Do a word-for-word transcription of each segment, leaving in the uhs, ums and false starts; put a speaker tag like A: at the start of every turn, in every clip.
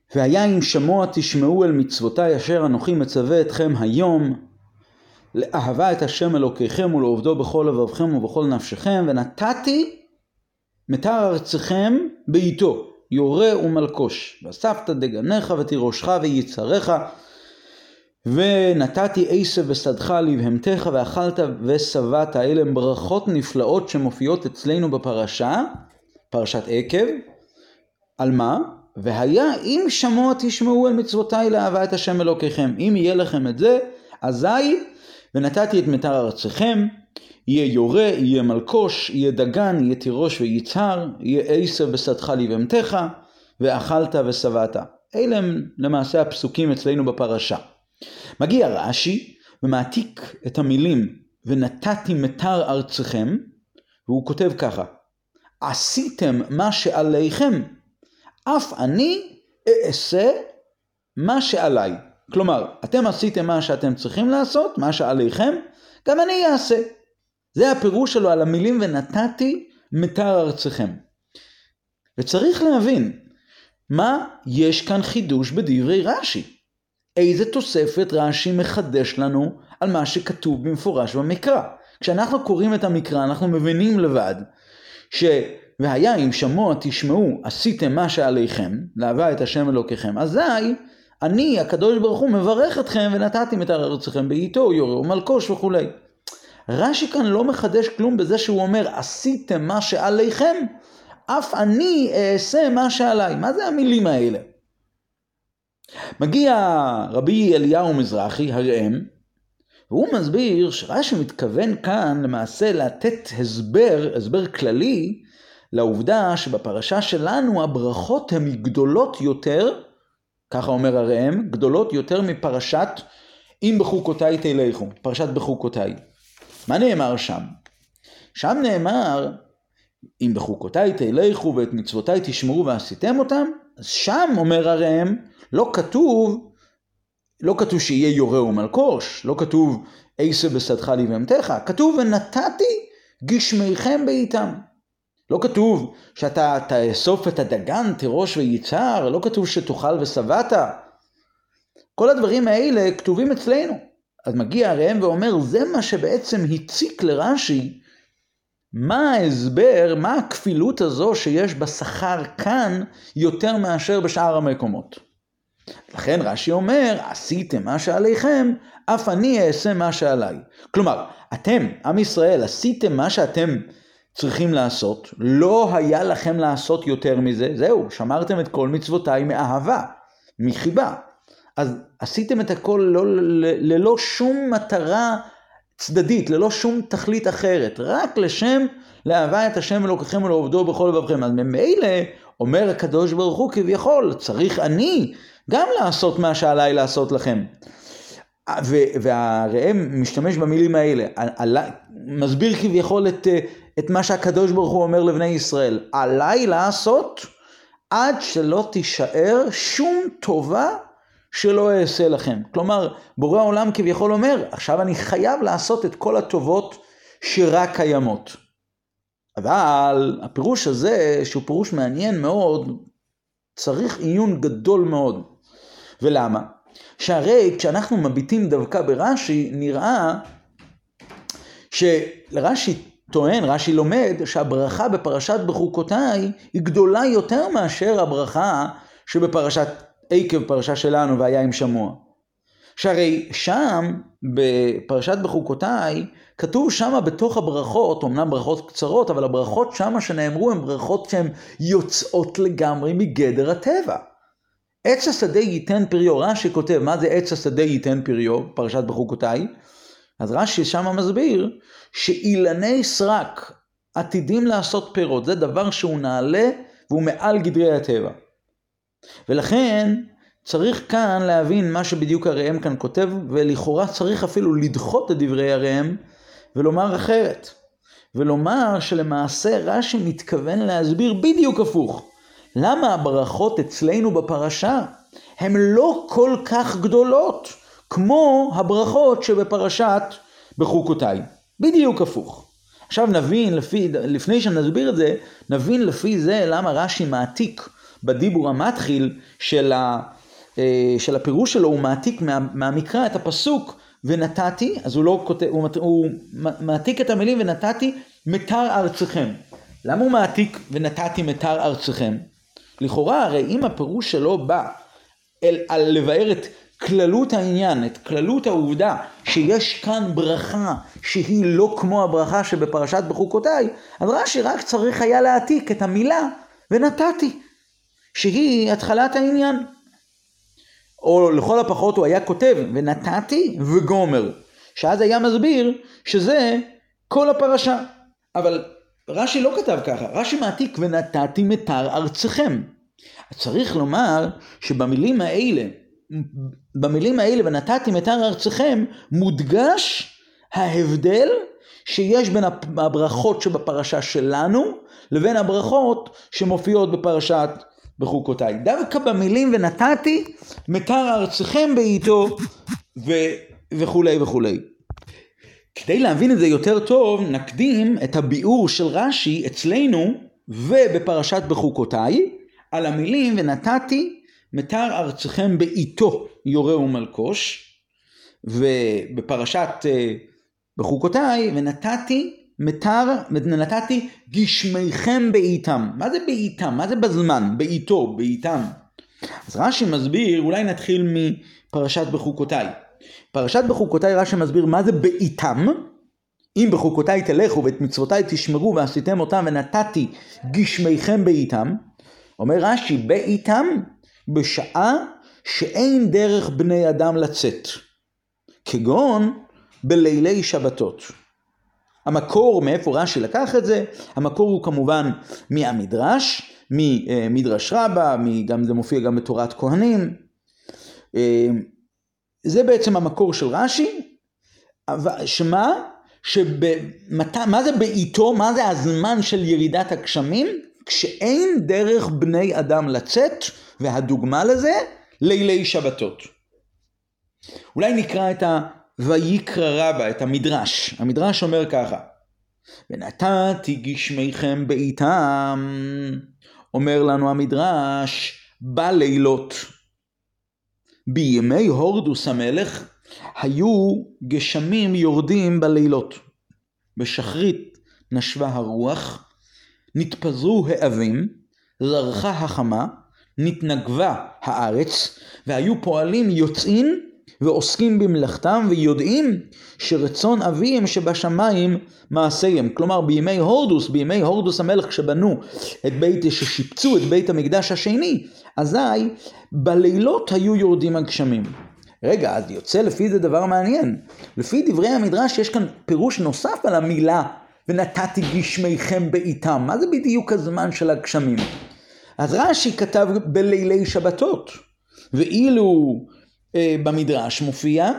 A: והיה אם שמוע תשמעו אל מצוותיי אשר אנוכי מצווה אתכם היום, לאהבה את השם אלוקיכם ולעובדו בכל לבבכם ובכל נפשכם, ונתתי מטר ארצכם בעיתו, יורה ומלקוש, ואספת דגנך ותירושך ויצריך, ונתתי עשב בשדך לבהמתך ואכלת ושבעת. אלה הם ברכות נפלאות שמופיעות אצלנו בפרשה, פרשת עקב. על מה? והיה אם שמוע תשמעו אל מצוותיי לאהבה את השם אלוקיכם. אם יהיה לכם את זה, אזי ונתתי את מטר ארצכם, יהיה יורה, יהיה מלקוש, יהיה דגן, יהיה תירוש ויצהר, יהיה עשב בשדך לבהמתך ואכלת ושבעת. אלה הם למעשה הפסוקים אצלנו בפרשה. מגיע רש"י ומעתיק את המילים ונתתי מטר ארצכם, והוא כותב ככה: עשיתם מה שעליכם, אף אני אעשה מה שעליי. כלומר, אתם עשיתם מה שאתם צריכים לעשות, מה שעליכם, גם אני אעשה. זה הפירוש שלו על המילים ונתתי מטר ארצכם. וצריך להבין, מה יש כאן חידוש בדברי רש"י? איזה תוספת רש"י מחדש לנו על מה שכתוב במפורש במקרא? כשאנחנו קוראים את המקרא, אנחנו מבינים לבד, ש... והיה אם שמוע תשמעו עשיתם מה שעליכם, לאהבה את השם אלוקיכם, אזי אני הקדוש ברוך הוא מברך אתכם ונתתי מטר ארצכם בעיתו, יורה ומלקוש וכו'. רש"י כאן לא מחדש כלום בזה שהוא אומר עשיתם מה שעליכם, אף אני אעשה מה שעליי. מה זה המילים האלה? מגיע רבי אליהו מזרחי, הראם, והוא מסביר שרש"י מתכוון כאן למעשה לתת הסבר, הסבר כללי, לעובדה שבפרשה שלנו הברכות הן גדולות יותר, ככה אומר הראם, גדולות יותר מפרשת אם בחוקותיי תלכו, פרשת בחוקותיי. מה נאמר שם? שם נאמר, אם בחוקותיי תלכו ואת מצוותיי תשמרו ועשיתם אותם, אז שם אומר הראם, לא כתוב, לא כתוב שיהיה יורה ומלקוש, לא כתוב עשב בשדך לבהמתך, כתוב ונתתי גשמיכם בעיתם. לא כתוב שאתה תאסוף את הדגן, תירוש ויצהר, לא כתוב שתאכל ושבעת. כל הדברים האלה כתובים אצלנו. אז מגיע הראם ואומר, זה מה שבעצם הציק לרש"י, מה ההסבר, מה הכפילות הזו שיש בשכר כאן יותר מאשר בשאר המקומות. לכן רש"י אומר, עשיתם מה שעליכם, אף אני אעשה מה שעליי. כלומר, אתם, עם ישראל, עשיתם מה שאתם צריכים לעשות, לא היה לכם לעשות יותר מזה, זהו, שמרתם את כל מצוותיי מאהבה, מחיבה. אז עשיתם את הכל לא, ללא שום מטרה צדדית, ללא שום תכלית אחרת, רק לשם לאהבה את השם אלוקיכם ולעובדו בכל לבבכם. אז ממילא אומר הקדוש ברוך הוא כביכול, צריך אני גם לעשות מה שעליי לעשות לכם. והראם משתמש במילים האלה, מסביר כביכול את, את מה שהקדוש ברוך הוא אומר לבני ישראל, עליי לעשות עד שלא תישאר שום טובה שלא אעשה לכם. כלומר, בורא העולם כביכול אומר, עכשיו אני חייב לעשות את כל הטובות שרק קיימות. אבל הפירוש הזה, שהוא פירוש מעניין מאוד, צריך עיון גדול מאוד. ולמה? שהרי כשאנחנו מביטים דווקא ברש"י, נראה שלרש"י טוען, רש"י לומד, שהברכה בפרשת בחוקותיי היא גדולה יותר מאשר הברכה שבפרשת עקב, פרשה שלנו, והיה אם שמוע. שהרי שם, בפרשת בחוקותיי, כתוב שם בתוך הברכות, אמנם ברכות קצרות, אבל הברכות שם שנאמרו הן ברכות שהן יוצאות לגמרי מגדר הטבע. עץ השדה ייתן פריו, רש"י כותב, מה זה עץ השדה ייתן פריו, פרשת בחוקותיי? אז רש"י שם מסביר שאילני סרק עתידים לעשות פירות, זה דבר שהוא נעלה והוא מעל גדרי הטבע. ולכן צריך כאן להבין מה שבדיוק הראם כאן כותב, ולכאורה צריך אפילו לדחות את דברי הראם ולומר אחרת. ולומר שלמעשה רש"י מתכוון להסביר בדיוק הפוך. למה הברכות אצלנו בפרשה הן לא כל כך גדולות כמו הברכות שבפרשת בחוקותיי. בדיוק הפוך. עכשיו נבין, לפי, לפני שנסביר את זה, נבין לפי זה למה רש"י מעתיק בדיבור המתחיל של, ה, של הפירוש שלו, הוא מעתיק מה, מהמקרא את הפסוק ונתתי, אז הוא לא כותב, הוא, הוא מעתיק את המילים ונתתי מתר ארצכם. למה הוא מעתיק ונתתי מתר ארצכם? לכאורה הרי אם הפירוש שלו בא אל, על לבאר את כללות העניין, את כללות העובדה שיש כאן ברכה שהיא לא כמו הברכה שבפרשת בחוקותיי, אז רש"י רק צריך היה להעתיק את המילה ונתתי, שהיא התחלת העניין. או לכל הפחות הוא היה כותב ונתתי וגומר, שאז היה מסביר שזה כל הפרשה. אבל רש"י לא כתב ככה, רש"י מעתיק ונתתי מתר ארצכם. צריך לומר שבמילים האלה, במילים האלה ונתתי מתר ארצכם, מודגש ההבדל שיש בין הברכות שבפרשה שלנו לבין הברכות שמופיעות בפרשת בחוקותיי. דווקא במילים ונתתי מתר ארצכם בעיתו ו... וכו' וכו'. כדי להבין את זה יותר טוב, נקדים את הביאור של רש"י אצלנו ובפרשת בחוקותיי על המילים ונתתי מתר ארצכם בעיתו יורה ומלקוש, ובפרשת בחוקותיי ונתתי מתר, נתתי גשמיכם בעיתם. מה זה בעיתם? מה זה בזמן? בעיתו, בעיתם. אז רש"י מסביר, אולי נתחיל מפרשת בחוקותיי. פרשת בחוקותיי רש"י מסביר מה זה בעיתם. אם בחוקותיי תלכו ואת מצוותיי תשמרו ועשיתם אותם ונתתי גשמיכם בעיתם. אומר רש"י בעיתם בשעה שאין דרך בני אדם לצאת. כגון בלילי שבתות. המקור, מאיפה רש"י לקח את זה? המקור הוא כמובן מהמדרש, ממדרש רבה, גם זה מופיע גם בתורת כהנים. זה בעצם המקור של רש"י. שמה? שבמת... מה זה בעיתו? מה זה הזמן של ירידת הגשמים? כשאין דרך בני אדם לצאת, והדוגמה לזה, לילי שבתות. אולי נקרא את ה... ויקרא רבה, את המדרש. המדרש אומר ככה, ונתתי גשמיכם בעיתם, אומר לנו המדרש, בלילות. בימי הורדוס המלך, היו גשמים יורדים בלילות. בשחרית נשבה הרוח, נתפזרו העבים, זרחה החמה, נתנגבה הארץ, והיו פועלים יוצאים, ועוסקים במלאכתם ויודעים שרצון אביהם שבשמיים מעשיהם. כלומר בימי הורדוס, בימי הורדוס המלך כשבנו את בית, ששיפצו את בית המקדש השני, אזי בלילות היו יורדים הגשמים. רגע, אז יוצא לפי זה דבר מעניין. לפי דברי המדרש יש כאן פירוש נוסף על המילה ונתתי גשמיכם בעיתם. מה זה בדיוק הזמן של הגשמים? אז רש"י כתב בלילי שבתות, ואילו במדרש מופיע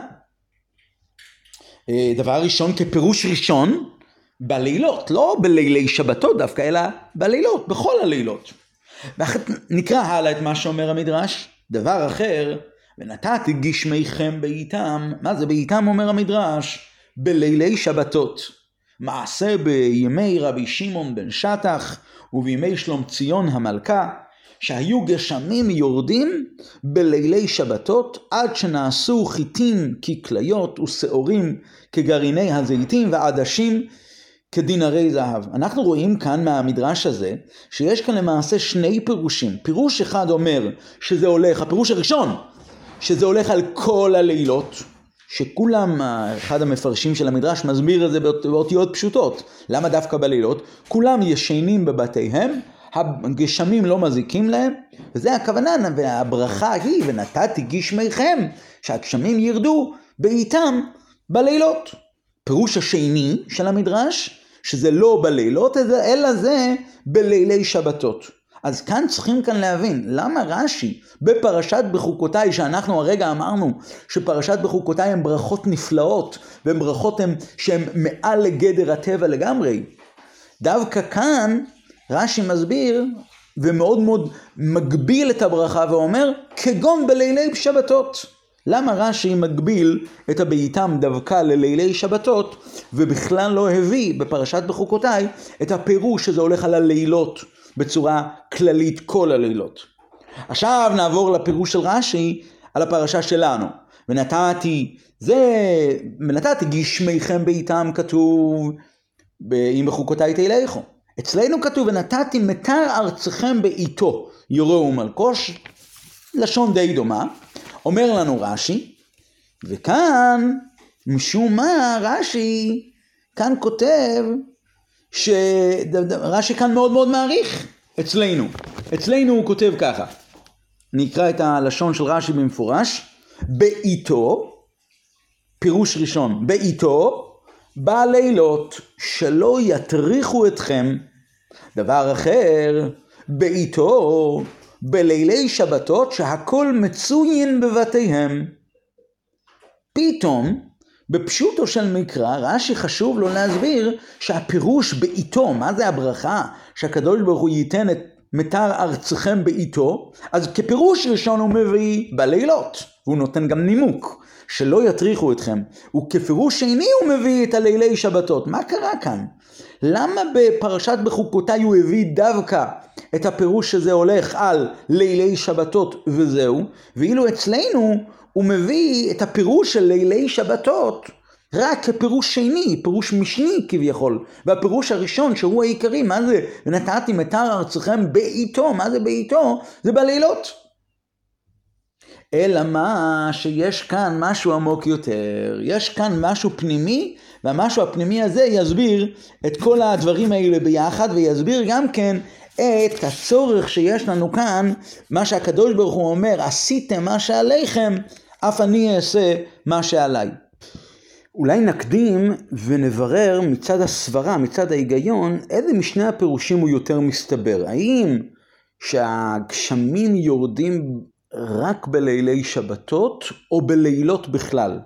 A: דבר ראשון כפירוש ראשון בלילות, לא בלילי שבתות דווקא, אלא בלילות, בכל הלילות. נקרא הלאה את מה שאומר המדרש. דבר אחר, ונתתי גשמיכם בעיתם. מה זה בעיתם אומר המדרש? בלילי שבתות. מעשה בימי רבי שמעון בן שטח ובימי שלום ציון המלכה, שהיו גשמים יורדים בלילי שבתות עד שנעשו חיטים ככליות ושעורים כגרעיני הזיתים ועדשים כדינרי זהב. אנחנו רואים כאן מהמדרש הזה שיש כאן למעשה שני פירושים. פירוש אחד אומר שזה הולך, הפירוש הראשון, שזה הולך על כל הלילות, שכולם, אחד המפרשים של המדרש מסביר את זה באותיות פשוטות. למה דווקא בלילות? כולם ישנים בבתיהם, הגשמים לא מזיקים להם, וזה הכוונה, והברכה היא ונתתי גשמיכם, שהגשמים ירדו בעיתם בלילות. פירוש השני של המדרש, שזה לא בלילות, אלא זה בלילי שבתות. אז כאן צריכים כאן להבין, למה רש"י בפרשת בחוקותיי, שאנחנו הרגע אמרנו שפרשת בחוקותיי הן ברכות נפלאות, והן ברכות שהן מעל לגדר הטבע לגמרי. דווקא כאן רש"י מסביר ומאוד מאוד מגביל את הברכה ואומר כגון בלילי שבתות. למה רש"י מגביל את הבעיתם דווקא ללילי שבתות ובכלל לא הביא בפרשת בחוקותיי את הפירוש שזה הולך על הלילות בצורה כללית כל הלילות? עכשיו נעבור לפירוש של רש"י על הפרשה שלנו. ונתתי, זה, ונתתי גשמיכם בעיתם כתוב, אם בחוקותיי תלכו. אצלנו כתוב, ונתתי מטר ארצכם בעיתו, יורהו מלקוש, לשון די דומה. אומר לנו רש"י, וכאן, משום מה, רש"י כאן כותב, שרש"י כאן מאוד מאוד מעריך אצלנו. אצלנו הוא כותב ככה. נקרא את הלשון של רש"י במפורש. בעיתו, פירוש ראשון, בעיתו, בלילות שלא יטריחו אתכם. דבר אחר, בעיתו, בלילי שבתות שהכל מצוין בבתיהם. פתאום, בפשוטו של מקרא, רש"י חשוב לו להסביר שהפירוש בעיתו, מה זה הברכה? שהקדוש ברוך הוא ייתן את מטר ארצכם בעיתו, אז כפירוש ראשון הוא מביא בלילות, והוא נותן גם נימוק, שלא יטריחו אתכם, וכפירוש שני הוא מביא את הלילי שבתות. מה קרה כאן? למה בפרשת בחוקותיי הוא הביא דווקא את הפירוש שזה הולך על לילי שבתות וזהו, ואילו אצלנו הוא מביא את הפירוש של לילי שבתות רק כפירוש שני, פירוש משני כביכול, והפירוש הראשון שהוא העיקרי, מה זה? ונתתי מטר ארצכם בעיתו, מה זה בעיתו? זה בלילות. אלא מה שיש כאן משהו עמוק יותר, יש כאן משהו פנימי, והמשהו הפנימי הזה יסביר את כל הדברים האלה ביחד, ויסביר גם כן את הצורך שיש לנו כאן, מה שהקדוש ברוך הוא אומר, עשיתם מה שעליכם, אף אני אעשה מה שעליי. אולי נקדים ונברר מצד הסברה, מצד ההיגיון, איזה משני הפירושים הוא יותר מסתבר. האם שהגשמים יורדים רק בלילי שבתות או בלילות בכלל?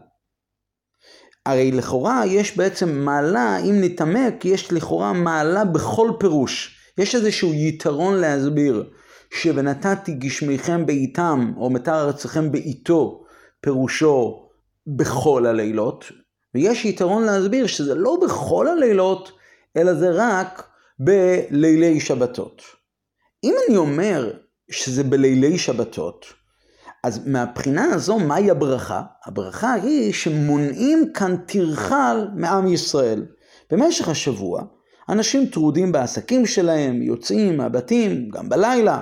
A: הרי לכאורה יש בעצם מעלה, אם נתעמק, יש לכאורה מעלה בכל פירוש. יש איזשהו יתרון להסביר שבנתתי גשמיכם בעיתם או מטר ארצכם בעיתו פירושו בכל הלילות, ויש יתרון להסביר שזה לא בכל הלילות, אלא זה רק בלילי שבתות. אם אני אומר שזה בלילי שבתות, אז מהבחינה הזו מהי הברכה? הברכה היא שמונעים כאן תרחל מעם ישראל. במשך השבוע, אנשים טרודים בעסקים שלהם, יוצאים מהבתים, גם בלילה.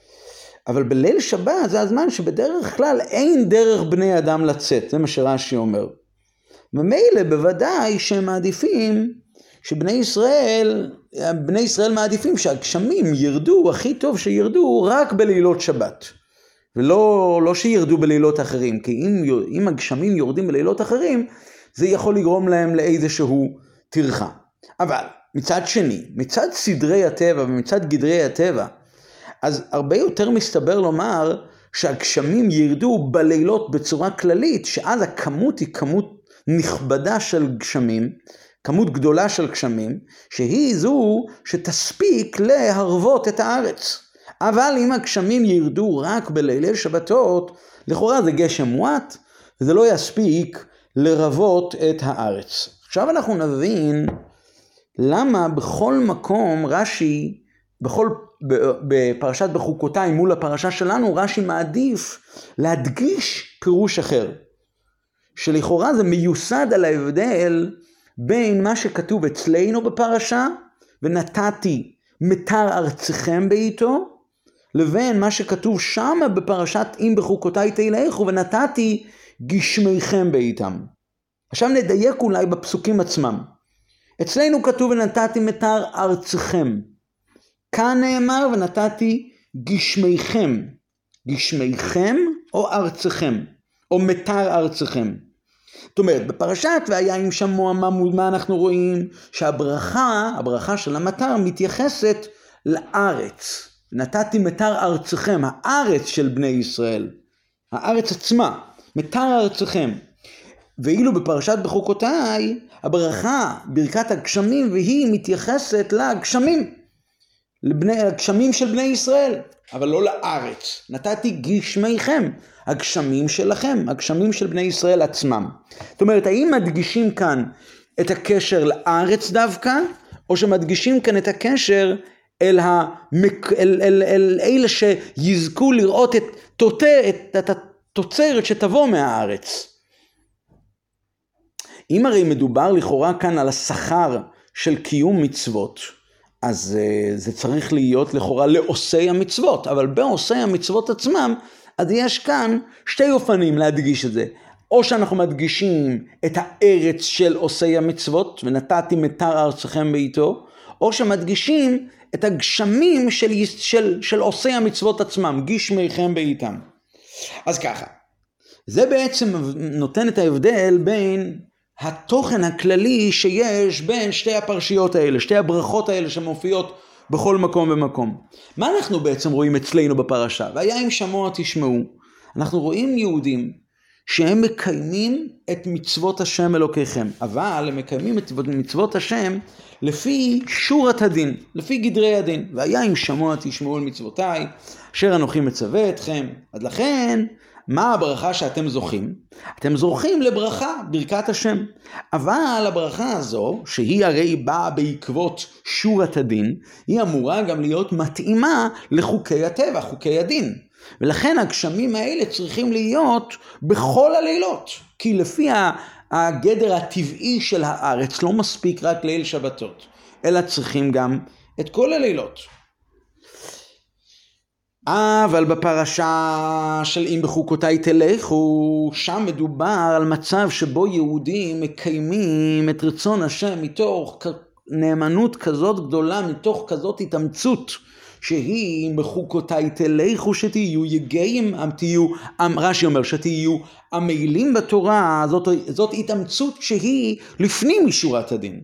A: אבל בליל שבת זה הזמן שבדרך כלל אין דרך בני אדם לצאת, זה מה שרש"י אומר. ומילא בוודאי שהם מעדיפים, שבני ישראל, בני ישראל מעדיפים שהגשמים ירדו, הכי טוב שירדו רק בלילות שבת. ולא לא שירדו בלילות אחרים, כי אם, אם הגשמים יורדים בלילות אחרים, זה יכול לגרום להם לאיזשהו טרחה. אבל מצד שני, מצד סדרי הטבע ומצד גדרי הטבע, אז הרבה יותר מסתבר לומר שהגשמים ירדו בלילות בצורה כללית, שאז הכמות היא כמות נכבדה של גשמים, כמות גדולה של גשמים, שהיא זו שתספיק להרוות את הארץ. אבל אם הגשמים ירדו רק בלילי שבתות, לכאורה זה גשם מועט, וזה לא יספיק לרוות את הארץ. עכשיו אנחנו נבין למה בכל מקום רש"י, בכל בפרשת בחוקותיי מול הפרשה שלנו, רש"י מעדיף להדגיש פירוש אחר. שלכאורה זה מיוסד על ההבדל בין מה שכתוב אצלנו בפרשה, ונתתי מטר ארצכם בעיתו, לבין מה שכתוב שם בפרשת אם בחוקותיי תלכו, ונתתי גשמיכם בעיתם. עכשיו נדייק אולי בפסוקים עצמם. אצלנו כתוב ונתתי מטר ארצכם. כאן נאמר ונתתי גשמיכם. גשמיכם או ארצכם, או מטר ארצכם. זאת אומרת, בפרשת והיה עם שמוע מה אנחנו רואים? שהברכה, הברכה של המטר מתייחסת לארץ. נתתי מטר ארצכם, הארץ של בני ישראל. הארץ עצמה, מטר ארצכם. ואילו בפרשת בחוקותיי, הברכה, ברכת הגשמים, והיא מתייחסת לגשמים. לבני, הגשמים של בני ישראל, אבל לא לארץ. נתתי גשמיכם, הגשמים שלכם, הגשמים של בני ישראל עצמם. זאת אומרת, האם מדגישים כאן את הקשר לארץ דווקא, או שמדגישים כאן את הקשר אל, המק... אל, אל, אל אלה שיזכו לראות את, תות... את, את התוצרת שתבוא מהארץ. אם הרי מדובר לכאורה כאן על השכר של קיום מצוות, אז uh, זה צריך להיות לכאורה לעושי המצוות, אבל בעושי המצוות עצמם, אז יש כאן שתי אופנים להדגיש את זה. או שאנחנו מדגישים את הארץ של עושי המצוות, ונתתי מטר ארצכם בעיתו, או שמדגישים את הגשמים של, של, של עושי המצוות עצמם, גשמיכם בעיתם. אז ככה, זה בעצם נותן את ההבדל בין התוכן הכללי שיש בין שתי הפרשיות האלה, שתי הברכות האלה שמופיעות בכל מקום ומקום. מה אנחנו בעצם רואים אצלנו בפרשה? והיה אם שמוע תשמעו. אנחנו רואים יהודים שהם מקיימים את מצוות השם אלוקיכם, אבל הם מקיימים את מצוות השם לפי שורת הדין, לפי גדרי הדין. והיה אם שמוע תשמעו על מצוותיי, אשר אנוכי מצווה אתכם. אז לכן, מה הברכה שאתם זוכים? אתם זוכים לברכה, ברכת השם. אבל הברכה הזו, שהיא הרי באה בעקבות שורת הדין, היא אמורה גם להיות מתאימה לחוקי הטבע, חוקי הדין. ולכן הגשמים האלה צריכים להיות בכל הלילות. כי לפי הגדר הטבעי של הארץ לא מספיק רק ליל שבתות, אלא צריכים גם את כל הלילות. אבל בפרשה של אם בחוקותיי תלכו, שם מדובר על מצב שבו יהודים מקיימים את רצון השם מתוך נאמנות כזאת גדולה, מתוך כזאת התאמצות, שהיא אם בחוקותיי תלכו, שתהיו יגעים, תהיו, רש"י אומר שתהיו עמלים בתורה. זאת, זאת התאמצות שהיא לפנים משורת הדין.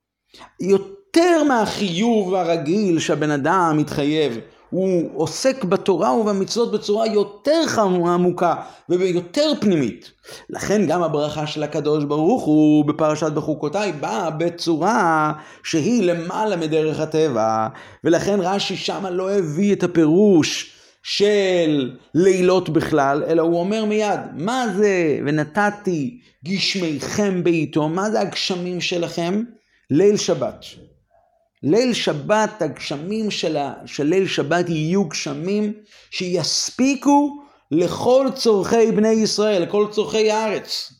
A: יותר מהחיוב הרגיל שהבן אדם מתחייב, הוא עוסק בתורה ובמצוות בצורה יותר עמוקה ויותר פנימית. לכן גם הברכה של הקדוש ברוך הוא בפרשת בחוקותיי באה בצורה שהיא למעלה מדרך הטבע. ולכן רש"י שמה לא הביא את הפירוש של לילות בכלל, אלא הוא אומר מיד, מה זה ונתתי גשמיכם בעיתו? מה זה הגשמים שלכם? ליל שבת. ליל שבת, הגשמים של, ה... של ליל שבת יהיו גשמים שיספיקו לכל צורכי בני ישראל, לכל צורכי הארץ.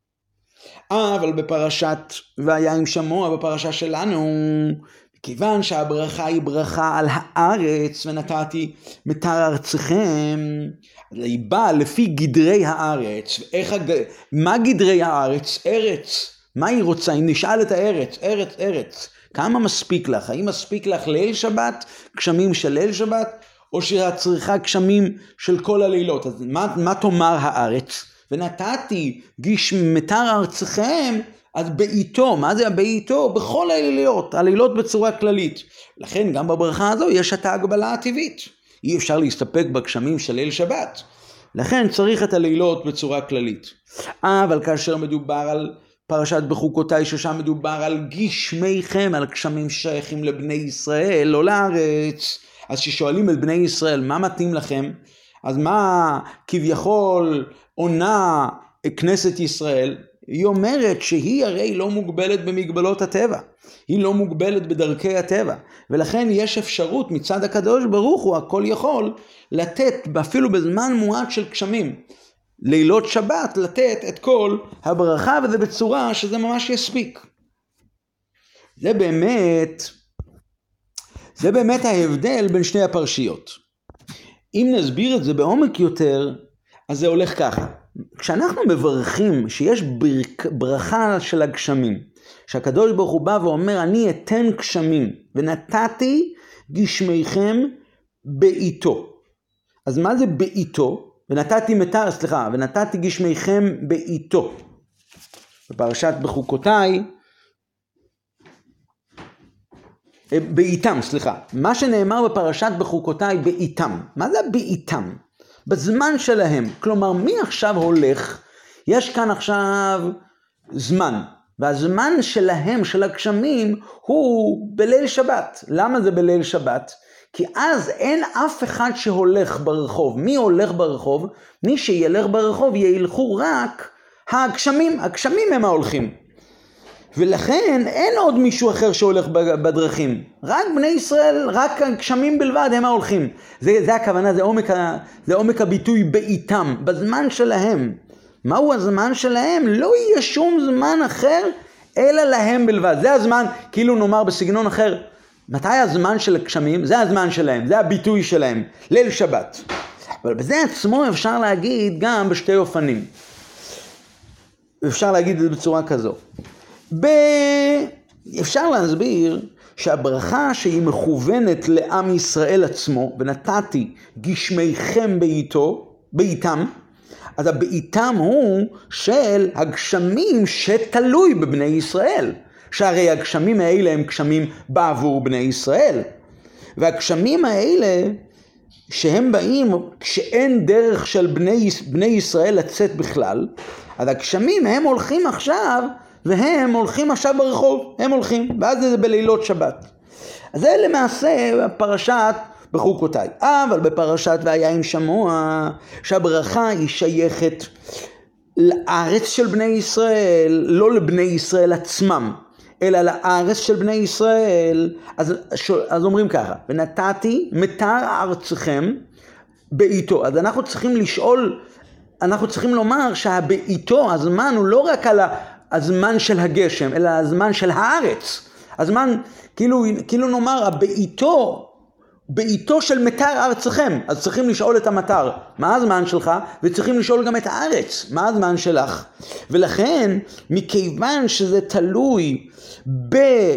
A: אבל בפרשת והיה אם שמוע, בפרשה שלנו, כיוון שהברכה היא ברכה על הארץ, ונתתי מטר ארצכם, היא באה לפי גדרי הארץ. איך הג... מה גדרי הארץ? ארץ. מה היא רוצה? אם נשאל את הארץ, ארץ, ארץ. כמה מספיק לך? האם מספיק לך ליל שבת, גשמים של ליל שבת, או שאת צריכה גשמים של כל הלילות? אז מה, מה תאמר הארץ? ונתתי מטר ארצכם, אז בעיתו, מה זה בעיתו? בכל הלילות, הלילות בצורה כללית. לכן גם בברכה הזו יש את ההגבלה הטבעית. אי אפשר להסתפק בגשמים של ליל שבת. לכן צריך את הלילות בצורה כללית. אבל כאשר מדובר על פרשת בחוקותיי, ששם מדובר על גשמיכם, על גשמים שייכים לבני ישראל, לא לארץ. אז ששואלים את בני ישראל, מה מתאים לכם? אז מה כביכול עונה כנסת ישראל? היא אומרת שהיא הרי לא מוגבלת במגבלות הטבע. היא לא מוגבלת בדרכי הטבע. ולכן יש אפשרות מצד הקדוש ברוך הוא הכל יכול לתת, אפילו בזמן מועט של גשמים, לילות שבת, לתת את כל הברכה, וזה בצורה שזה ממש יספיק. זה באמת, זה באמת ההבדל בין שני הפרשיות. אם נסביר את זה בעומק יותר, אז זה הולך ככה. כשאנחנו מברכים שיש ברכה של הגשמים, שהקדוש ברוך הוא בא ואומר, אני אתן גשמים, ונתתי גשמיכם בעיתו. אז מה זה בעיתו? ונתתי מטר, סליחה, ונתתי גשמיכם בעיתו. בפרשת בחוקותיי, בעיתם, סליחה. מה שנאמר בפרשת בחוקותיי בעיתם. מה זה בעיתם? בזמן שלהם. כלומר, מי עכשיו הולך? יש כאן עכשיו זמן. והזמן שלהם, של הגשמים, הוא בליל שבת. למה זה בליל שבת? כי אז אין אף אחד שהולך ברחוב. מי הולך ברחוב? מי שילך ברחוב ילכו רק הגשמים. הגשמים הם ההולכים. ולכן אין עוד מישהו אחר שהולך בדרכים. רק בני ישראל, רק גשמים בלבד הם ההולכים. זה, זה הכוונה, זה עומק, זה עומק הביטוי בעיתם, בזמן שלהם. מהו הזמן שלהם? לא יהיה שום זמן אחר אלא להם בלבד. זה הזמן, כאילו נאמר בסגנון אחר, מתי הזמן של הגשמים? זה הזמן שלהם, זה הביטוי שלהם, ליל שבת. אבל בזה עצמו אפשר להגיד גם בשתי אופנים. אפשר להגיד את זה בצורה כזו. ב... אפשר להסביר שהברכה שהיא מכוונת לעם ישראל עצמו, ונתתי גשמיכם בעיתו, בעיתם, אז הבעיתם הוא של הגשמים שתלוי בבני ישראל. שהרי הגשמים האלה הם גשמים בעבור בני ישראל. והגשמים האלה שהם באים כשאין דרך של בני, בני ישראל לצאת בכלל, אז הגשמים הם הולכים עכשיו, והם הולכים עכשיו ברחוב, הם הולכים, ואז זה בלילות שבת. אז זה למעשה פרשת בחוקותיי. אבל בפרשת והיה עם שמוע, שהברכה היא שייכת לארץ של בני ישראל, לא לבני ישראל עצמם, אלא לארץ של בני ישראל. אז, אז אומרים ככה, ונתתי מטר ארצכם בעיתו. אז אנחנו צריכים לשאול, אנחנו צריכים לומר שהבעיתו, הזמן הוא לא רק על הזמן של הגשם, אלא הזמן של הארץ. הזמן, כאילו, כאילו נאמר, הבעיתו, בעיתו של מטר ארצכם. אז צריכים לשאול את המטר, מה הזמן שלך? וצריכים לשאול גם את הארץ, מה הזמן שלך? ולכן, מכיוון שזה תלוי ב...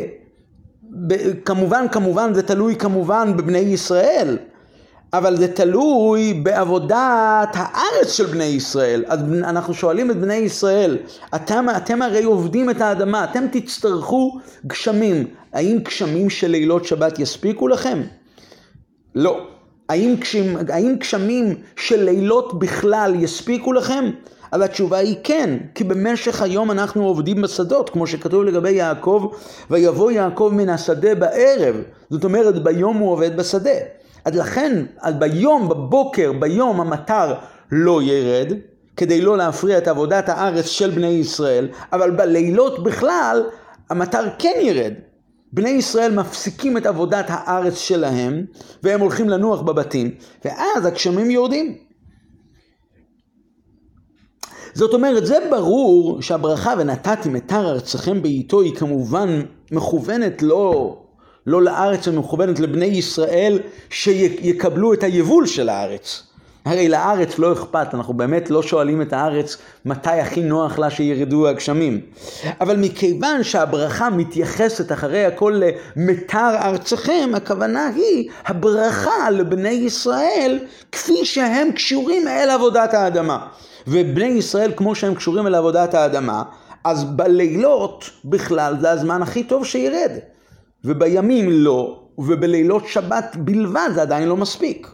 A: ב... כמובן, כמובן, זה תלוי כמובן בבני ישראל, אבל זה תלוי בעבודת הארץ של בני ישראל. אז אנחנו שואלים את בני ישראל, אתם, אתם הרי עובדים את האדמה, אתם תצטרכו גשמים. האם גשמים של לילות שבת יספיקו לכם? לא. האם גשמים, האם גשמים של לילות בכלל יספיקו לכם? אבל התשובה היא כן, כי במשך היום אנחנו עובדים בשדות, כמו שכתוב לגבי יעקב, ויבוא יעקב מן השדה בערב. זאת אומרת, ביום הוא עובד בשדה. אז לכן, אז ביום, בבוקר, ביום המטר לא ירד, כדי לא להפריע את עבודת הארץ של בני ישראל, אבל בלילות בכלל, המטר כן ירד. בני ישראל מפסיקים את עבודת הארץ שלהם, והם הולכים לנוח בבתים, ואז הגשמים יורדים. זאת אומרת, זה ברור שהברכה ונתתי מטר ארצכם בעיתו היא כמובן מכוונת לא... לא לארץ, היא מכוונת לבני ישראל שיקבלו את היבול של הארץ. הרי לארץ לא אכפת, אנחנו באמת לא שואלים את הארץ מתי הכי נוח לה שירדו הגשמים. אבל מכיוון שהברכה מתייחסת אחרי הכל למטר ארצכם, הכוונה היא הברכה לבני ישראל כפי שהם קשורים אל עבודת האדמה. ובני ישראל כמו שהם קשורים אל עבודת האדמה, אז בלילות בכלל זה הזמן הכי טוב שירד. ובימים לא, ובלילות שבת בלבד זה עדיין לא מספיק.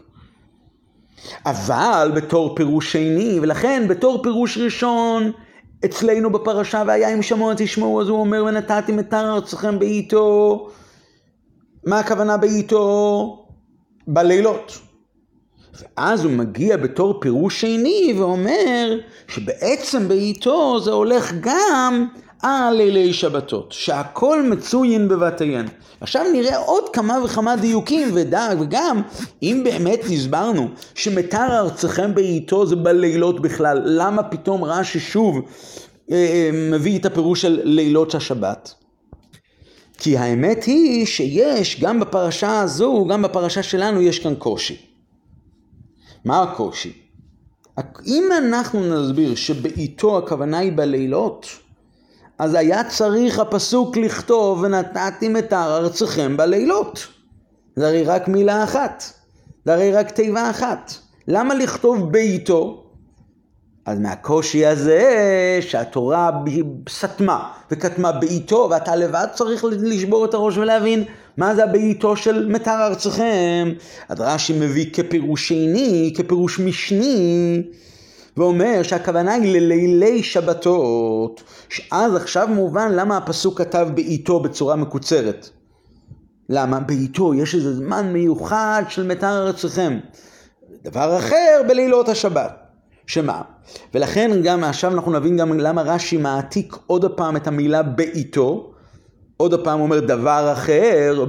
A: אבל בתור פירוש שני, ולכן בתור פירוש ראשון, אצלנו בפרשה והיה עם שמוע תשמעו, אז הוא אומר ונתתי מטר ארצכם בעיתו. מה הכוונה בעיתו? בלילות. ואז הוא מגיע בתור פירוש שני ואומר שבעצם בעיתו זה הולך גם על לילי שבתות, שהכל מצוין בבתיין. עכשיו נראה עוד כמה וכמה דיוקים, וגם אם באמת הסברנו שמטר ארצכם בעיתו זה בלילות בכלל, למה פתאום רש"י שוב אה, מביא את הפירוש של לילות השבת? כי האמת היא שיש גם בפרשה הזו, גם בפרשה שלנו יש כאן קושי. מה הקושי? אם אנחנו נסביר שבעיתו הכוונה היא בלילות, אז היה צריך הפסוק לכתוב ונתתי מטר ארצכם בלילות. זה הרי רק מילה אחת. זה הרי רק תיבה אחת. למה לכתוב בעיתו? אז מהקושי הזה שהתורה סתמה וכתמה בעיתו, ואתה לבד צריך לשבור את הראש ולהבין מה זה בעיתו של מטר ארצכם. אז רש"י מביא כפירוש שני, כפירוש משני, ואומר שהכוונה היא ללילי שבתות, שאז עכשיו מובן למה הפסוק כתב בעיתו בצורה מקוצרת. למה? בעיתו יש איזה זמן מיוחד של מטר ארצכם. דבר אחר בלילות השבת, שמה? ולכן גם עכשיו אנחנו נבין גם למה רש"י מעתיק עוד פעם את המילה בעיתו, עוד פעם אומר דבר אחר,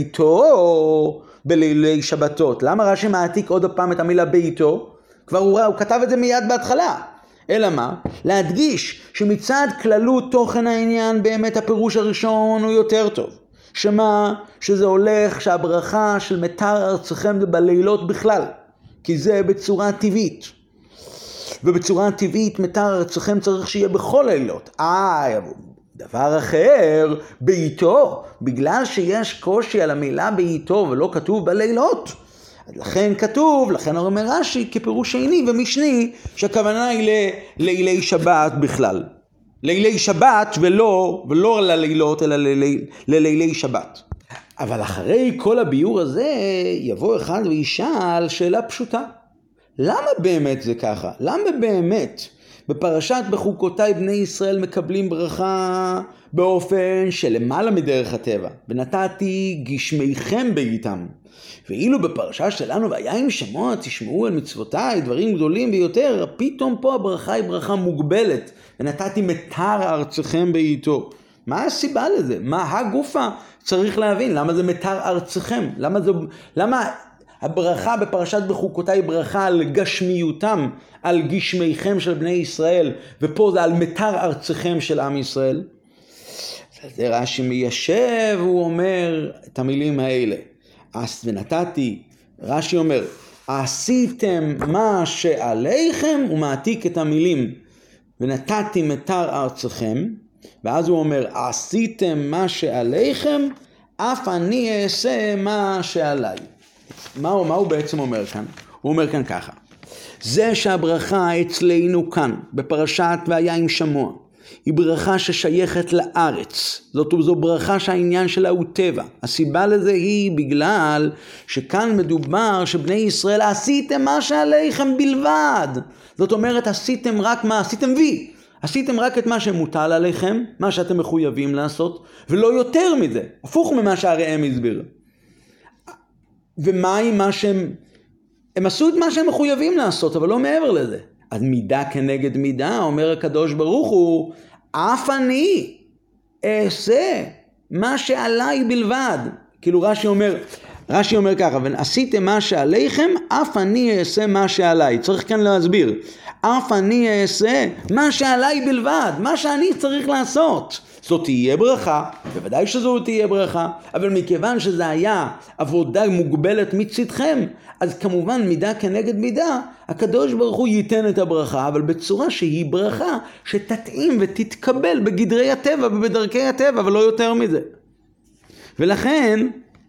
A: בעיתו בלילי שבתות. למה רש"י מעתיק עוד פעם את המילה בעיתו? כבר הוא, הוא כתב את זה מיד בהתחלה. אלא מה? להדגיש שמצד כללות תוכן העניין באמת הפירוש הראשון הוא יותר טוב. שמה? שזה הולך שהברכה של מתר ארצכם זה בלילות בכלל. כי זה בצורה טבעית. ובצורה טבעית מתר ארצכם צריך שיהיה בכל לילות. אה, דבר אחר, בעיתו, בגלל שיש קושי על המילה בעיתו ולא כתוב בלילות. לכן כתוב, לכן אומר רש"י כפירוש שני ומשני, שהכוונה היא ללילי שבת בכלל. לילי שבת ולא, ולא ללילות, אלא ללילי, ללילי שבת. אבל אחרי כל הביור הזה, יבוא אחד וישאל שאלה פשוטה. למה באמת זה ככה? למה באמת בפרשת בחוקותיי בני ישראל מקבלים ברכה באופן שלמעלה מדרך הטבע? ונתתי גשמיכם בעיתם. ואילו בפרשה שלנו, והיה אם שמוע תשמעו על מצוותיי, דברים גדולים ביותר, פתאום פה הברכה היא ברכה מוגבלת. ונתתי מתר ארצכם בעיתו. מה הסיבה לזה? מה הגופה? צריך להבין. למה זה מתר ארצכם? למה זה, למה הברכה בפרשת בחוקותיי היא ברכה על גשמיותם, על גשמיכם של בני ישראל, ופה זה על מתר ארצכם של עם ישראל? זה רש"י מיישב, הוא אומר את המילים האלה. אז ונתתי, רש"י אומר, עשיתם מה שעליכם, הוא מעתיק את המילים, ונתתי מתר ארצכם, ואז הוא אומר, עשיתם מה שעליכם, אף אני אעשה מה שעליי. מה הוא, מה הוא בעצם אומר כאן? הוא אומר כאן ככה, זה שהברכה אצלנו כאן, בפרשת והיה עם שמוע, היא ברכה ששייכת לארץ. זאת זו ברכה שהעניין שלה הוא טבע. הסיבה לזה היא בגלל שכאן מדובר שבני ישראל עשיתם מה שעליכם בלבד. זאת אומרת עשיתם רק מה? עשיתם וי. עשיתם רק את מה שמוטל עליכם, מה שאתם מחויבים לעשות, ולא יותר מזה. הפוך ממה שהראם הסביר. ומה עם מה שהם... הם עשו את מה שהם מחויבים לעשות, אבל לא מעבר לזה. אז מידה כנגד מידה, אומר הקדוש ברוך הוא, אף אני אעשה מה שעליי בלבד. כאילו רש"י אומר, רש"י אומר ככה, ועשיתם מה שעליכם, אף אני אעשה מה שעליי. צריך כאן להסביר, אף אני אעשה מה שעליי בלבד, מה שאני צריך לעשות. זאת תהיה ברכה, בוודאי שזו תהיה ברכה, אבל מכיוון שזה היה עבודה מוגבלת מצדכם, אז כמובן מידה כנגד מידה, הקדוש ברוך הוא ייתן את הברכה, אבל בצורה שהיא ברכה שתתאים ותתקבל בגדרי הטבע ובדרכי הטבע, אבל לא יותר מזה. ולכן,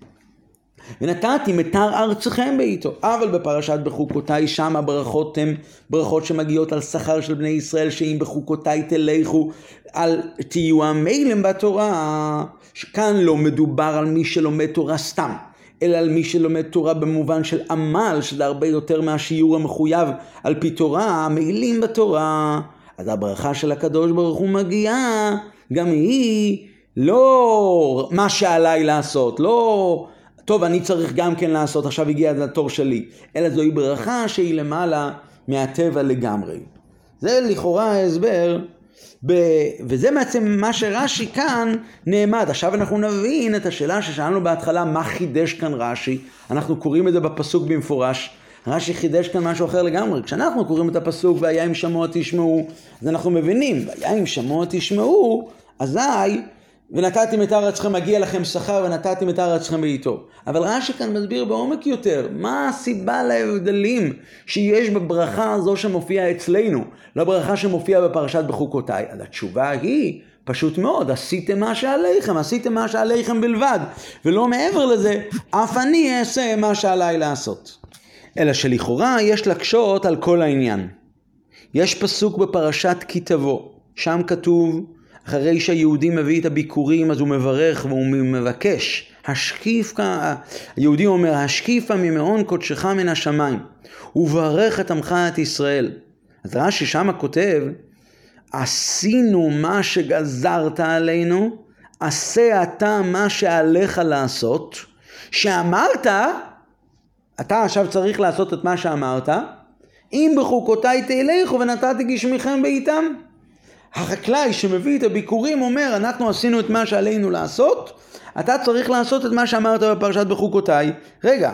A: ונתתי מתר ארצכם בעיתו. אבל בפרשת בחוקותיי שם הברכות הן ברכות שמגיעות על שכר של בני ישראל, שאם בחוקותיי תלכו, על תהיו המילם בתורה, שכאן לא מדובר על מי שלומד תורה סתם, אלא על מי שלומד תורה במובן של עמל, שזה הרבה יותר מהשיעור המחויב על פי תורה, המעילים בתורה. אז הברכה של הקדוש ברוך הוא מגיעה, גם היא לא מה שעליי לעשות, לא טוב אני צריך גם כן לעשות, עכשיו הגיע התור שלי, אלא זוהי ברכה שהיא למעלה מהטבע לגמרי. זה לכאורה ההסבר, ב... וזה בעצם מה שרש"י כאן נעמד. עכשיו אנחנו נבין את השאלה ששאלנו בהתחלה, מה חידש כאן רש"י? אנחנו קוראים את זה בפסוק במפורש, רש"י חידש כאן משהו אחר לגמרי. כשאנחנו קוראים את הפסוק והיה אם שמוע תשמעו, אז אנחנו מבינים, והיה אם שמוע תשמעו, אזי ונתתי מתר ארצכם, מגיע לכם שכר ונתתי מתר ארצכם בעיתו. אבל רש"י כאן מסביר בעומק יותר, מה הסיבה להבדלים שיש בברכה הזו שמופיעה אצלנו, לברכה שמופיעה בפרשת בחוקותיי? אז התשובה היא פשוט מאוד, עשיתם מה שעליכם, עשיתם מה שעליכם בלבד, ולא מעבר לזה, אף אני אעשה מה שעליי לעשות. אלא שלכאורה יש לקשות על כל העניין. יש פסוק בפרשת כי תבוא, שם כתוב, אחרי שהיהודי מביא את הביקורים, אז הוא מברך והוא מבקש, השקיף, היהודי אומר, השקיפה ממעון קודשך מן השמיים, וברך את עמך את ישראל. אז רש"י שם כותב, עשינו מה שגזרת עלינו, עשה אתה מה שעליך לעשות, שאמרת, אתה עכשיו צריך לעשות את מה שאמרת, אם בחוקותיי תלכו ונתתי גשמיכם בעיתם. החקלאי שמביא את הביקורים אומר, אנחנו עשינו את מה שעלינו לעשות, אתה צריך לעשות את מה שאמרת בפרשת בחוקותיי. רגע,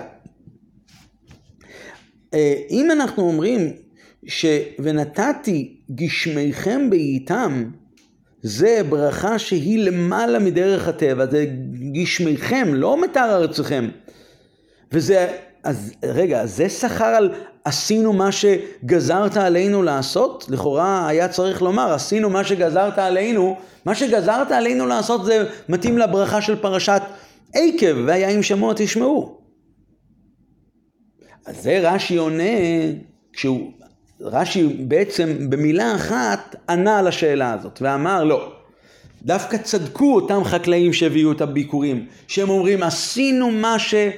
A: אם אנחנו אומרים שוונתתי גשמיכם בעיתם, זה ברכה שהיא למעלה מדרך הטבע, זה גשמיכם, לא מטר ארצכם. וזה, אז רגע, זה שכר על עשינו מה שגזרת עלינו לעשות? לכאורה היה צריך לומר, עשינו מה שגזרת עלינו, מה שגזרת עלינו לעשות זה מתאים לברכה של פרשת עקב, והיה אם שמוע תשמעו. אז זה רש"י עונה, כשהוא, רש"י בעצם במילה אחת ענה על השאלה הזאת, ואמר לא, דווקא צדקו אותם חקלאים שהביאו את הביקורים, שהם אומרים עשינו מה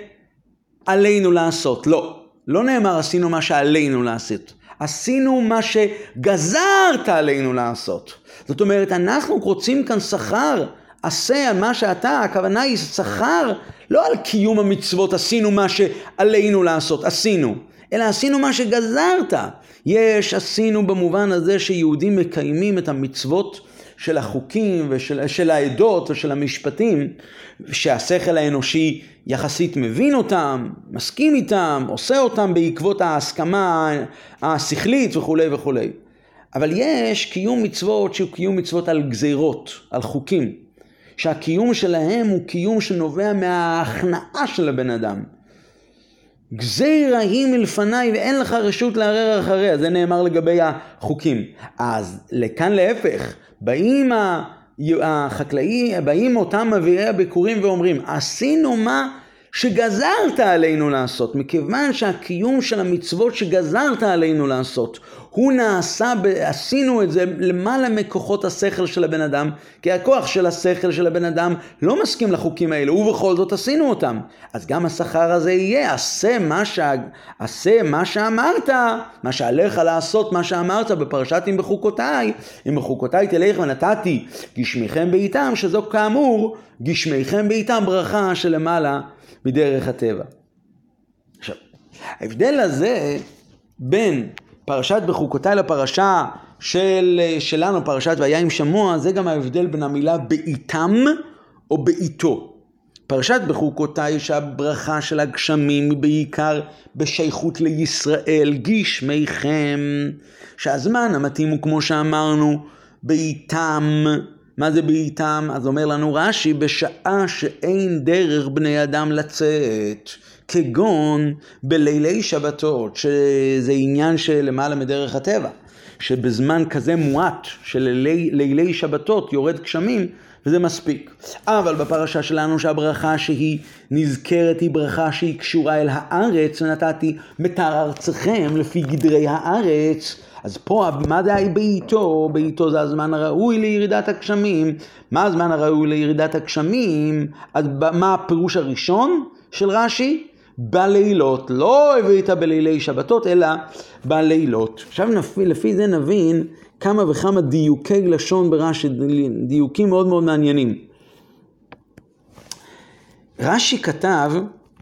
A: שעלינו לעשות. לא, לא נאמר עשינו מה שעלינו לעשות, עשינו מה שגזרת עלינו לעשות. זאת אומרת, אנחנו רוצים כאן שכר, עשה על מה שאתה, הכוונה היא שכר, לא על קיום המצוות, עשינו מה שעלינו לעשות, עשינו, אלא עשינו מה שגזרת. יש, עשינו במובן הזה שיהודים מקיימים את המצוות של החוקים ושל של העדות ושל המשפטים, שהשכל האנושי יחסית מבין אותם, מסכים איתם, עושה אותם בעקבות ההסכמה השכלית וכו' וכו'. אבל יש קיום מצוות שהוא קיום מצוות על גזירות, על חוקים, שהקיום שלהם הוא קיום שנובע מההכנעה של הבן אדם. גזירה היא מלפניי ואין לך רשות לערער אחריה, זה נאמר לגבי החוקים. אז לכאן להפך, באים החקלאים, באים אותם מביאי הביקורים ואומרים, עשינו מה שגזרת עלינו לעשות, מכיוון שהקיום של המצוות שגזרת עלינו לעשות, הוא נעשה, עשינו את זה למעלה מכוחות השכל של הבן אדם, כי הכוח של השכל של הבן אדם לא מסכים לחוקים האלה, ובכל זאת עשינו אותם. אז גם השכר הזה יהיה, עשה מה, ש... עשה מה שאמרת, מה שעליך לעשות, מה שאמרת בפרשת אם בחוקותיי, אם בחוקותיי תלך ונתתי גשמיכם בעיתם, שזו כאמור גשמיכם בעיתם ברכה שלמעלה מדרך הטבע. עכשיו, ההבדל הזה בין פרשת בחוקותיי לפרשה של, שלנו, פרשת והיה אם שמוע, זה גם ההבדל בין המילה בעיתם או בעיתו. פרשת בחוקותיי שהברכה של הגשמים היא בעיקר בשייכות לישראל, גשמיכם, שהזמן המתאים הוא כמו שאמרנו, בעיתם. מה זה בעיתם? אז אומר לנו רש"י, בשעה שאין דרך בני אדם לצאת, כגון בלילי שבתות, שזה עניין שלמעלה מדרך הטבע, שבזמן כזה מועט של לילי, לילי שבתות יורד גשמים, וזה מספיק. אבל בפרשה שלנו שהברכה שהיא נזכרת היא ברכה שהיא קשורה אל הארץ, ונתתי מטר ארצכם לפי גדרי הארץ. אז פה מה זה בעיתו? בעיתו זה הזמן הראוי לירידת הגשמים. מה הזמן הראוי לירידת הגשמים? אז מה הפירוש הראשון של רש"י? בלילות, לא הבאת בלילי שבתות, אלא בלילות. עכשיו נפי, לפי זה נבין כמה וכמה דיוקי לשון ברש"י, דיוקים מאוד מאוד מעניינים. רש"י כתב,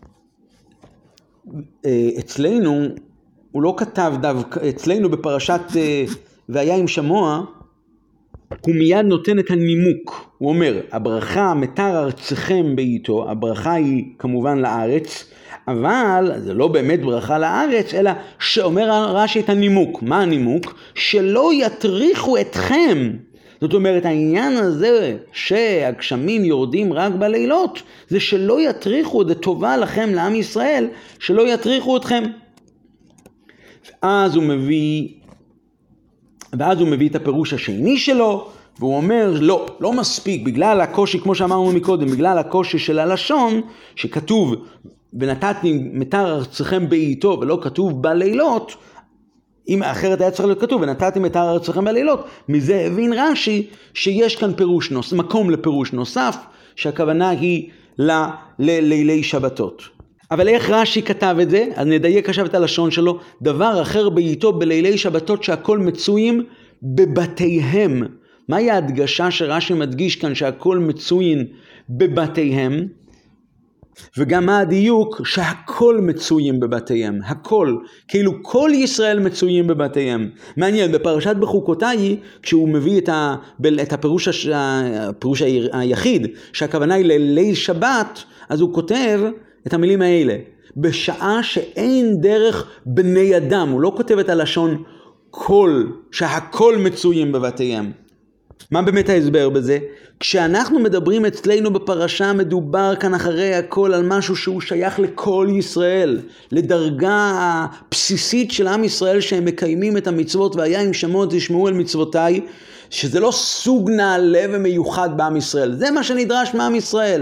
A: אצלנו, הוא לא כתב דווקא, אצלנו בפרשת והיה אם שמוע, הוא מיד נותן את הנימוק. הוא אומר, הברכה מטר ארצכם בעיתו, הברכה היא כמובן לארץ, אבל זה לא באמת ברכה לארץ, אלא שאומר רש"י את הנימוק. מה הנימוק? שלא יטריחו אתכם. זאת אומרת, העניין הזה שהגשמים יורדים רק בלילות, זה שלא יטריחו, זה טובה לכם לעם ישראל, שלא יטריחו אתכם. ואז הוא מביא, ואז הוא מביא את הפירוש השני שלו, והוא אומר, לא, לא מספיק, בגלל הקושי, כמו שאמרנו מקודם, בגלל הקושי של הלשון, שכתוב, ונתתי מטר ארצכם בעיתו, ולא כתוב בלילות, אם אחרת היה צריך להיות כתוב, ונתתי מטר ארצכם בלילות, מזה הבין רש"י, שיש כאן פירוש נוסף, מקום לפירוש נוסף, שהכוונה היא ללילי שבתות. אבל איך רש"י כתב את זה? אז נדייק עכשיו את הלשון שלו, דבר אחר בעיתו בלילי שבתות שהכל מצויים בבתיהם. מהי ההדגשה שרש"י מדגיש כאן שהכל מצויים בבתיהם? וגם מה הדיוק? שהכל מצויים בבתיהם, הכל, כאילו כל ישראל מצויים בבתיהם. מעניין, בפרשת בחוקותיי, כשהוא מביא את, ה, את הפירוש, הש, הפירוש היחיד, שהכוונה היא לליל שבת, אז הוא כותב את המילים האלה, בשעה שאין דרך בני אדם, הוא לא כותב את הלשון כל, שהכל מצויים בבתיהם. מה באמת ההסבר בזה? כשאנחנו מדברים אצלנו בפרשה, מדובר כאן אחרי הכל על משהו שהוא שייך לכל ישראל, לדרגה הבסיסית של עם ישראל שהם מקיימים את המצוות, והיה עם שמות תשמעו אל מצוותיי, שזה לא סוג נעלה ומיוחד בעם ישראל, זה מה שנדרש מעם ישראל.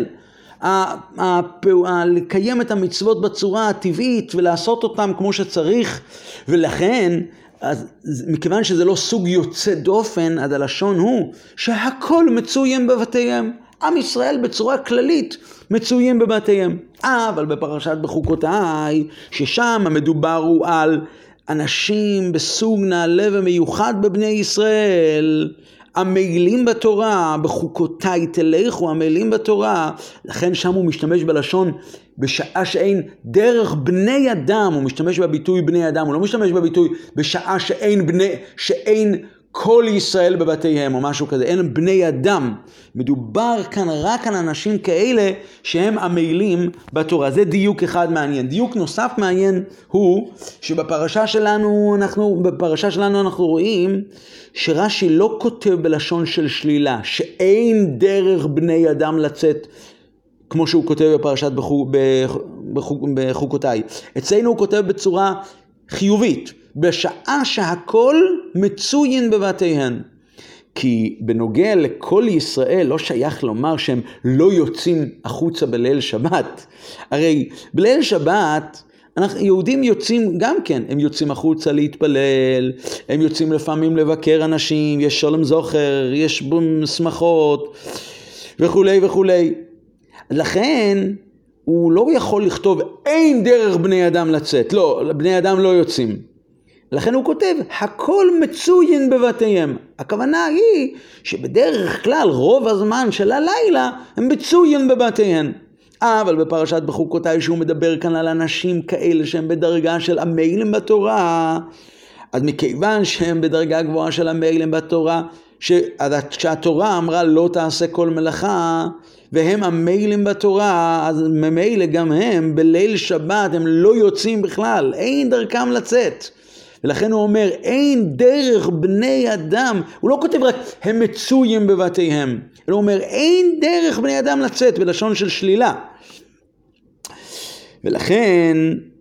A: לקיים את המצוות בצורה הטבעית ולעשות אותם כמו שצריך, ולכן אז מכיוון שזה לא סוג יוצא דופן, עד הלשון הוא שהכל מצויים בבתיהם. עם ישראל בצורה כללית מצויים בבתיהם. אבל בפרשת בחוקותיי, ששם המדובר הוא על אנשים בסוג נעלה ומיוחד בבני ישראל, המעילים בתורה, בחוקותיי תלכו, המעילים בתורה, לכן שם הוא משתמש בלשון בשעה שאין דרך בני אדם, הוא משתמש בביטוי בני אדם, הוא לא משתמש בביטוי בשעה שאין בני, שאין כל ישראל בבתיהם או משהו כזה, אין בני אדם. מדובר כאן רק על אנשים כאלה שהם המעילים בתורה. זה דיוק אחד מעניין. דיוק נוסף מעניין הוא שבפרשה שלנו אנחנו, בפרשה שלנו אנחנו רואים שרש"י לא כותב בלשון של שלילה, שאין דרך בני אדם לצאת, כמו שהוא כותב בפרשת בחוק, בחוק, בחוקותיי. אצלנו הוא כותב בצורה חיובית, בשעה שהכל מצוין בבתיהן. כי בנוגע לכל ישראל לא שייך לומר שהם לא יוצאים החוצה בליל שבת. הרי בליל שבת אנחנו יהודים יוצאים גם כן, הם יוצאים החוצה להתפלל, הם יוצאים לפעמים לבקר אנשים, יש שלום זוכר, יש שמחות וכולי וכולי. לכן הוא לא יכול לכתוב אין דרך בני אדם לצאת, לא, בני אדם לא יוצאים. לכן הוא כותב הכל מצוין בבתיהם. הכוונה היא שבדרך כלל רוב הזמן של הלילה הם מצוין בבתיהם. אבל בפרשת בחוקותיי שהוא מדבר כאן על אנשים כאלה שהם בדרגה של המעילים בתורה, אז מכיוון שהם בדרגה גבוהה של המעילים בתורה, שהתורה אמרה לא תעשה כל מלאכה, והם המעילים בתורה, אז ממילא גם הם בליל שבת הם לא יוצאים בכלל, אין דרכם לצאת. ולכן הוא אומר אין דרך בני אדם, הוא לא כותב רק הם מצויים בבתיהם, הוא אומר אין דרך בני אדם לצאת בלשון של שלילה. ולכן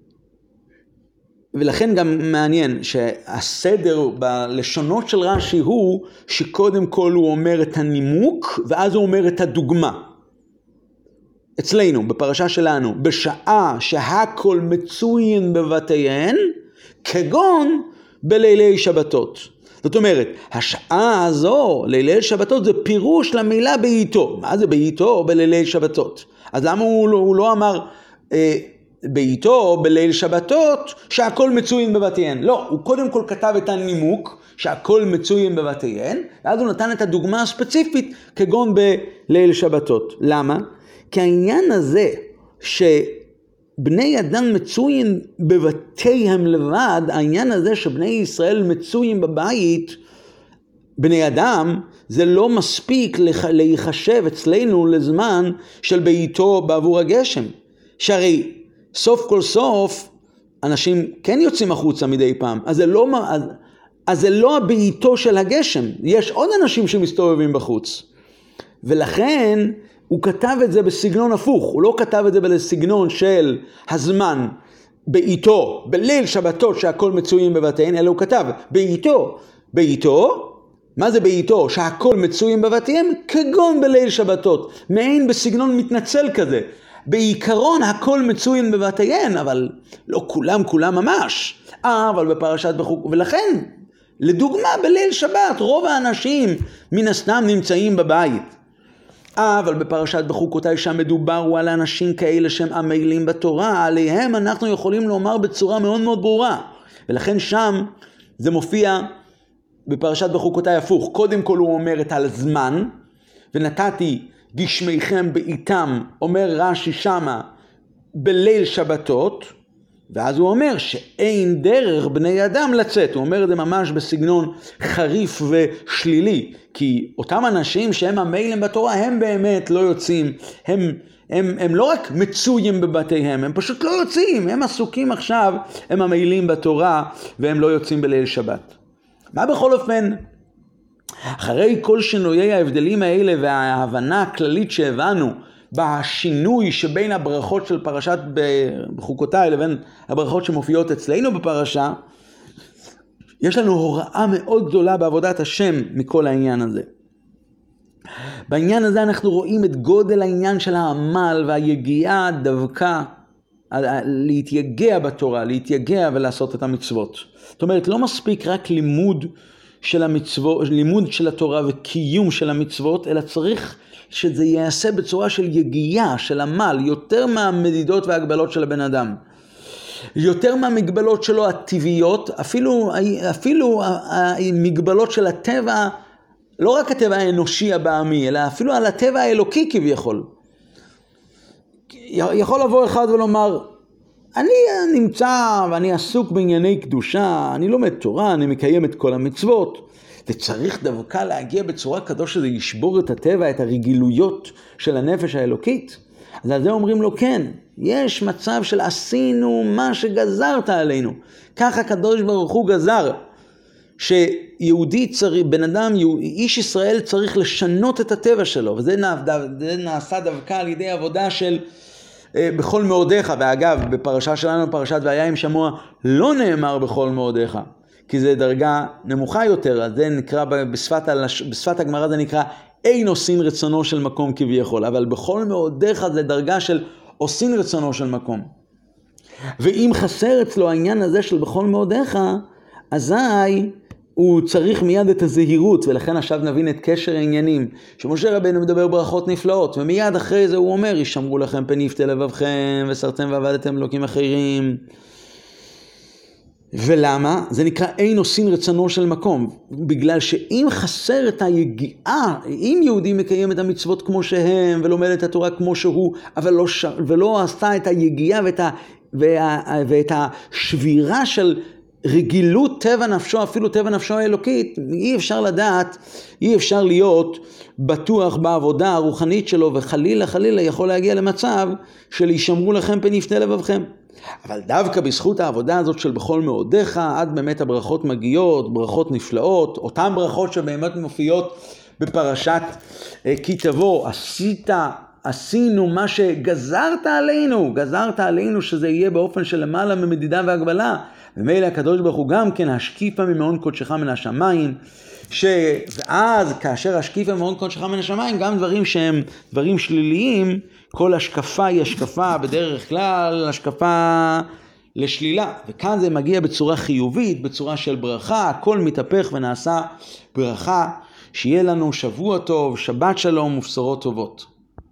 A: ולכן גם מעניין שהסדר בלשונות של רש"י הוא שקודם כל הוא אומר את הנימוק ואז הוא אומר את הדוגמה. אצלנו בפרשה שלנו בשעה שהכל מצוין בבתיהן כגון בלילי שבתות. זאת אומרת, השעה הזו, לילי שבתות, זה פירוש למילה בעיתו. מה זה בעיתו או בלילי שבתות? אז למה הוא לא, הוא לא אמר אה, בעיתו או בליל שבתות שהכל מצוין בבתיהן? לא, הוא קודם כל כתב את הנימוק שהכל מצוין בבתיהן, ואז הוא נתן את הדוגמה הספציפית כגון בליל שבתות. למה? כי העניין הזה ש... בני אדם מצויים בבתיהם לבד, העניין הזה שבני ישראל מצויים בבית, בני אדם, זה לא מספיק להיחשב אצלנו לזמן של בעיתו בעבור הגשם. שהרי סוף כל סוף, אנשים כן יוצאים החוצה מדי פעם, אז זה לא, אז, אז זה לא הבעיתו של הגשם, יש עוד אנשים שמסתובבים בחוץ. ולכן, הוא כתב את זה בסגנון הפוך, הוא לא כתב את זה בסגנון של הזמן בעיתו, בליל שבתות שהכל מצויים בבתיהן, אלא הוא כתב בעיתו, בעיתו, מה זה בעיתו? שהכל מצויים בבתיהם כגון בליל שבתות, מעין בסגנון מתנצל כזה. בעיקרון הכל מצויים בבתיהן, אבל לא כולם כולם ממש, אבל בפרשת בחוק, ולכן לדוגמה בליל שבת רוב האנשים מן הסתם נמצאים בבית. אבל בפרשת בחוקותיי שם מדובר הוא על אנשים כאלה שהם המעילים בתורה, עליהם אנחנו יכולים לומר בצורה מאוד מאוד ברורה. ולכן שם זה מופיע בפרשת בחוקותיי הפוך. קודם כל הוא אומר את הזמן, ונתתי גשמיכם בעיתם, אומר רש"י שמה, בליל שבתות, ואז הוא אומר שאין דרך בני אדם לצאת. הוא אומר את זה ממש בסגנון חריף ושלילי, כי אותם אנשים שהם המעילים בתורה, הם באמת לא יוצאים, הם, הם, הם לא רק מצויים בבתיהם, הם פשוט לא יוצאים, הם עסוקים עכשיו, הם המעילים בתורה, והם לא יוצאים בליל שבת. מה בכל אופן, אחרי כל שינויי ההבדלים האלה וההבנה הכללית שהבנו, בשינוי שבין הברכות של פרשת בחוקותיי לבין הברכות שמופיעות אצלנו בפרשה, יש לנו הוראה מאוד גדולה בעבודת השם מכל העניין הזה. בעניין הזה אנחנו רואים את גודל העניין של העמל והיגיעה דווקא להתייגע בתורה, להתייגע ולעשות את המצוות. זאת אומרת, לא מספיק רק לימוד של המצוות, לימוד של התורה וקיום של המצוות, אלא צריך שזה יעשה בצורה של יגיעה, של עמל, יותר מהמדידות וההגבלות של הבן אדם. יותר מהמגבלות שלו הטבעיות, אפילו, אפילו המגבלות של הטבע, לא רק הטבע האנושי הבעמי, אלא אפילו על הטבע האלוקי כביכול. יכול לבוא אחד ולומר, אני נמצא ואני עסוק בענייני קדושה, אני לומד תורה, אני מקיים את כל המצוות, וצריך דווקא להגיע בצורה כזו שזה ישבור את הטבע, את הרגילויות של הנפש האלוקית. אז על זה אומרים לו, כן, יש מצב של עשינו מה שגזרת עלינו. ככה הקדוש ברוך הוא גזר, שיהודי צריך, בן אדם, איש ישראל צריך לשנות את הטבע שלו, וזה נעשה דווקא על ידי עבודה של בכל מאודיך. ואגב, בפרשה שלנו, פרשת והיה עם שמוע, לא נאמר בכל מאודיך, כי זה דרגה נמוכה יותר. אז זה נקרא בשפת, בשפת הגמרא זה נקרא אין עושין רצונו של מקום כביכול, אבל בכל מאודיך זה דרגה של עושין רצונו של מקום. ואם חסר אצלו העניין הזה של בכל מאודיך, אזי הוא צריך מיד את הזהירות, ולכן עכשיו נבין את קשר העניינים, שמשה רבנו מדבר ברכות נפלאות, ומיד אחרי זה הוא אומר, ישמרו לכם פן יפתה לבבכם, וסרתם ועבדתם אלוקים אחרים. ולמה? זה נקרא אין עושין רצונו של מקום, בגלל שאם חסר את היגיעה, אם יהודי מקיים את המצוות כמו שהם, ולומד את התורה כמו שהוא, אבל לא, ש... ולא עשה את היגיעה ואת, ה... וה... ואת השבירה של רגילות טבע נפשו, אפילו טבע נפשו האלוקית, אי אפשר לדעת, אי אפשר להיות בטוח בעבודה הרוחנית שלו, וחלילה חלילה יכול להגיע למצב של ישמרו לכם פן יפתה לבבכם. אבל דווקא בזכות העבודה הזאת של בכל מאודיך, עד באמת הברכות מגיעות, ברכות נפלאות, אותן ברכות שבאמת מופיעות בפרשת כי תבוא, עשית, עשינו מה שגזרת עלינו, גזרת עלינו שזה יהיה באופן של למעלה ממדידה והגבלה. ומילא הקדוש ברוך הוא גם כן השקיפה ממעון קודשך מן השמיים, ואז כאשר השקיפה ממעון קודשך מן השמיים, גם דברים שהם דברים שליליים, כל השקפה היא השקפה בדרך כלל, השקפה לשלילה. וכאן זה מגיע בצורה חיובית, בצורה של ברכה, הכל מתהפך ונעשה ברכה. שיהיה לנו שבוע טוב, שבת שלום ובשורות טובות.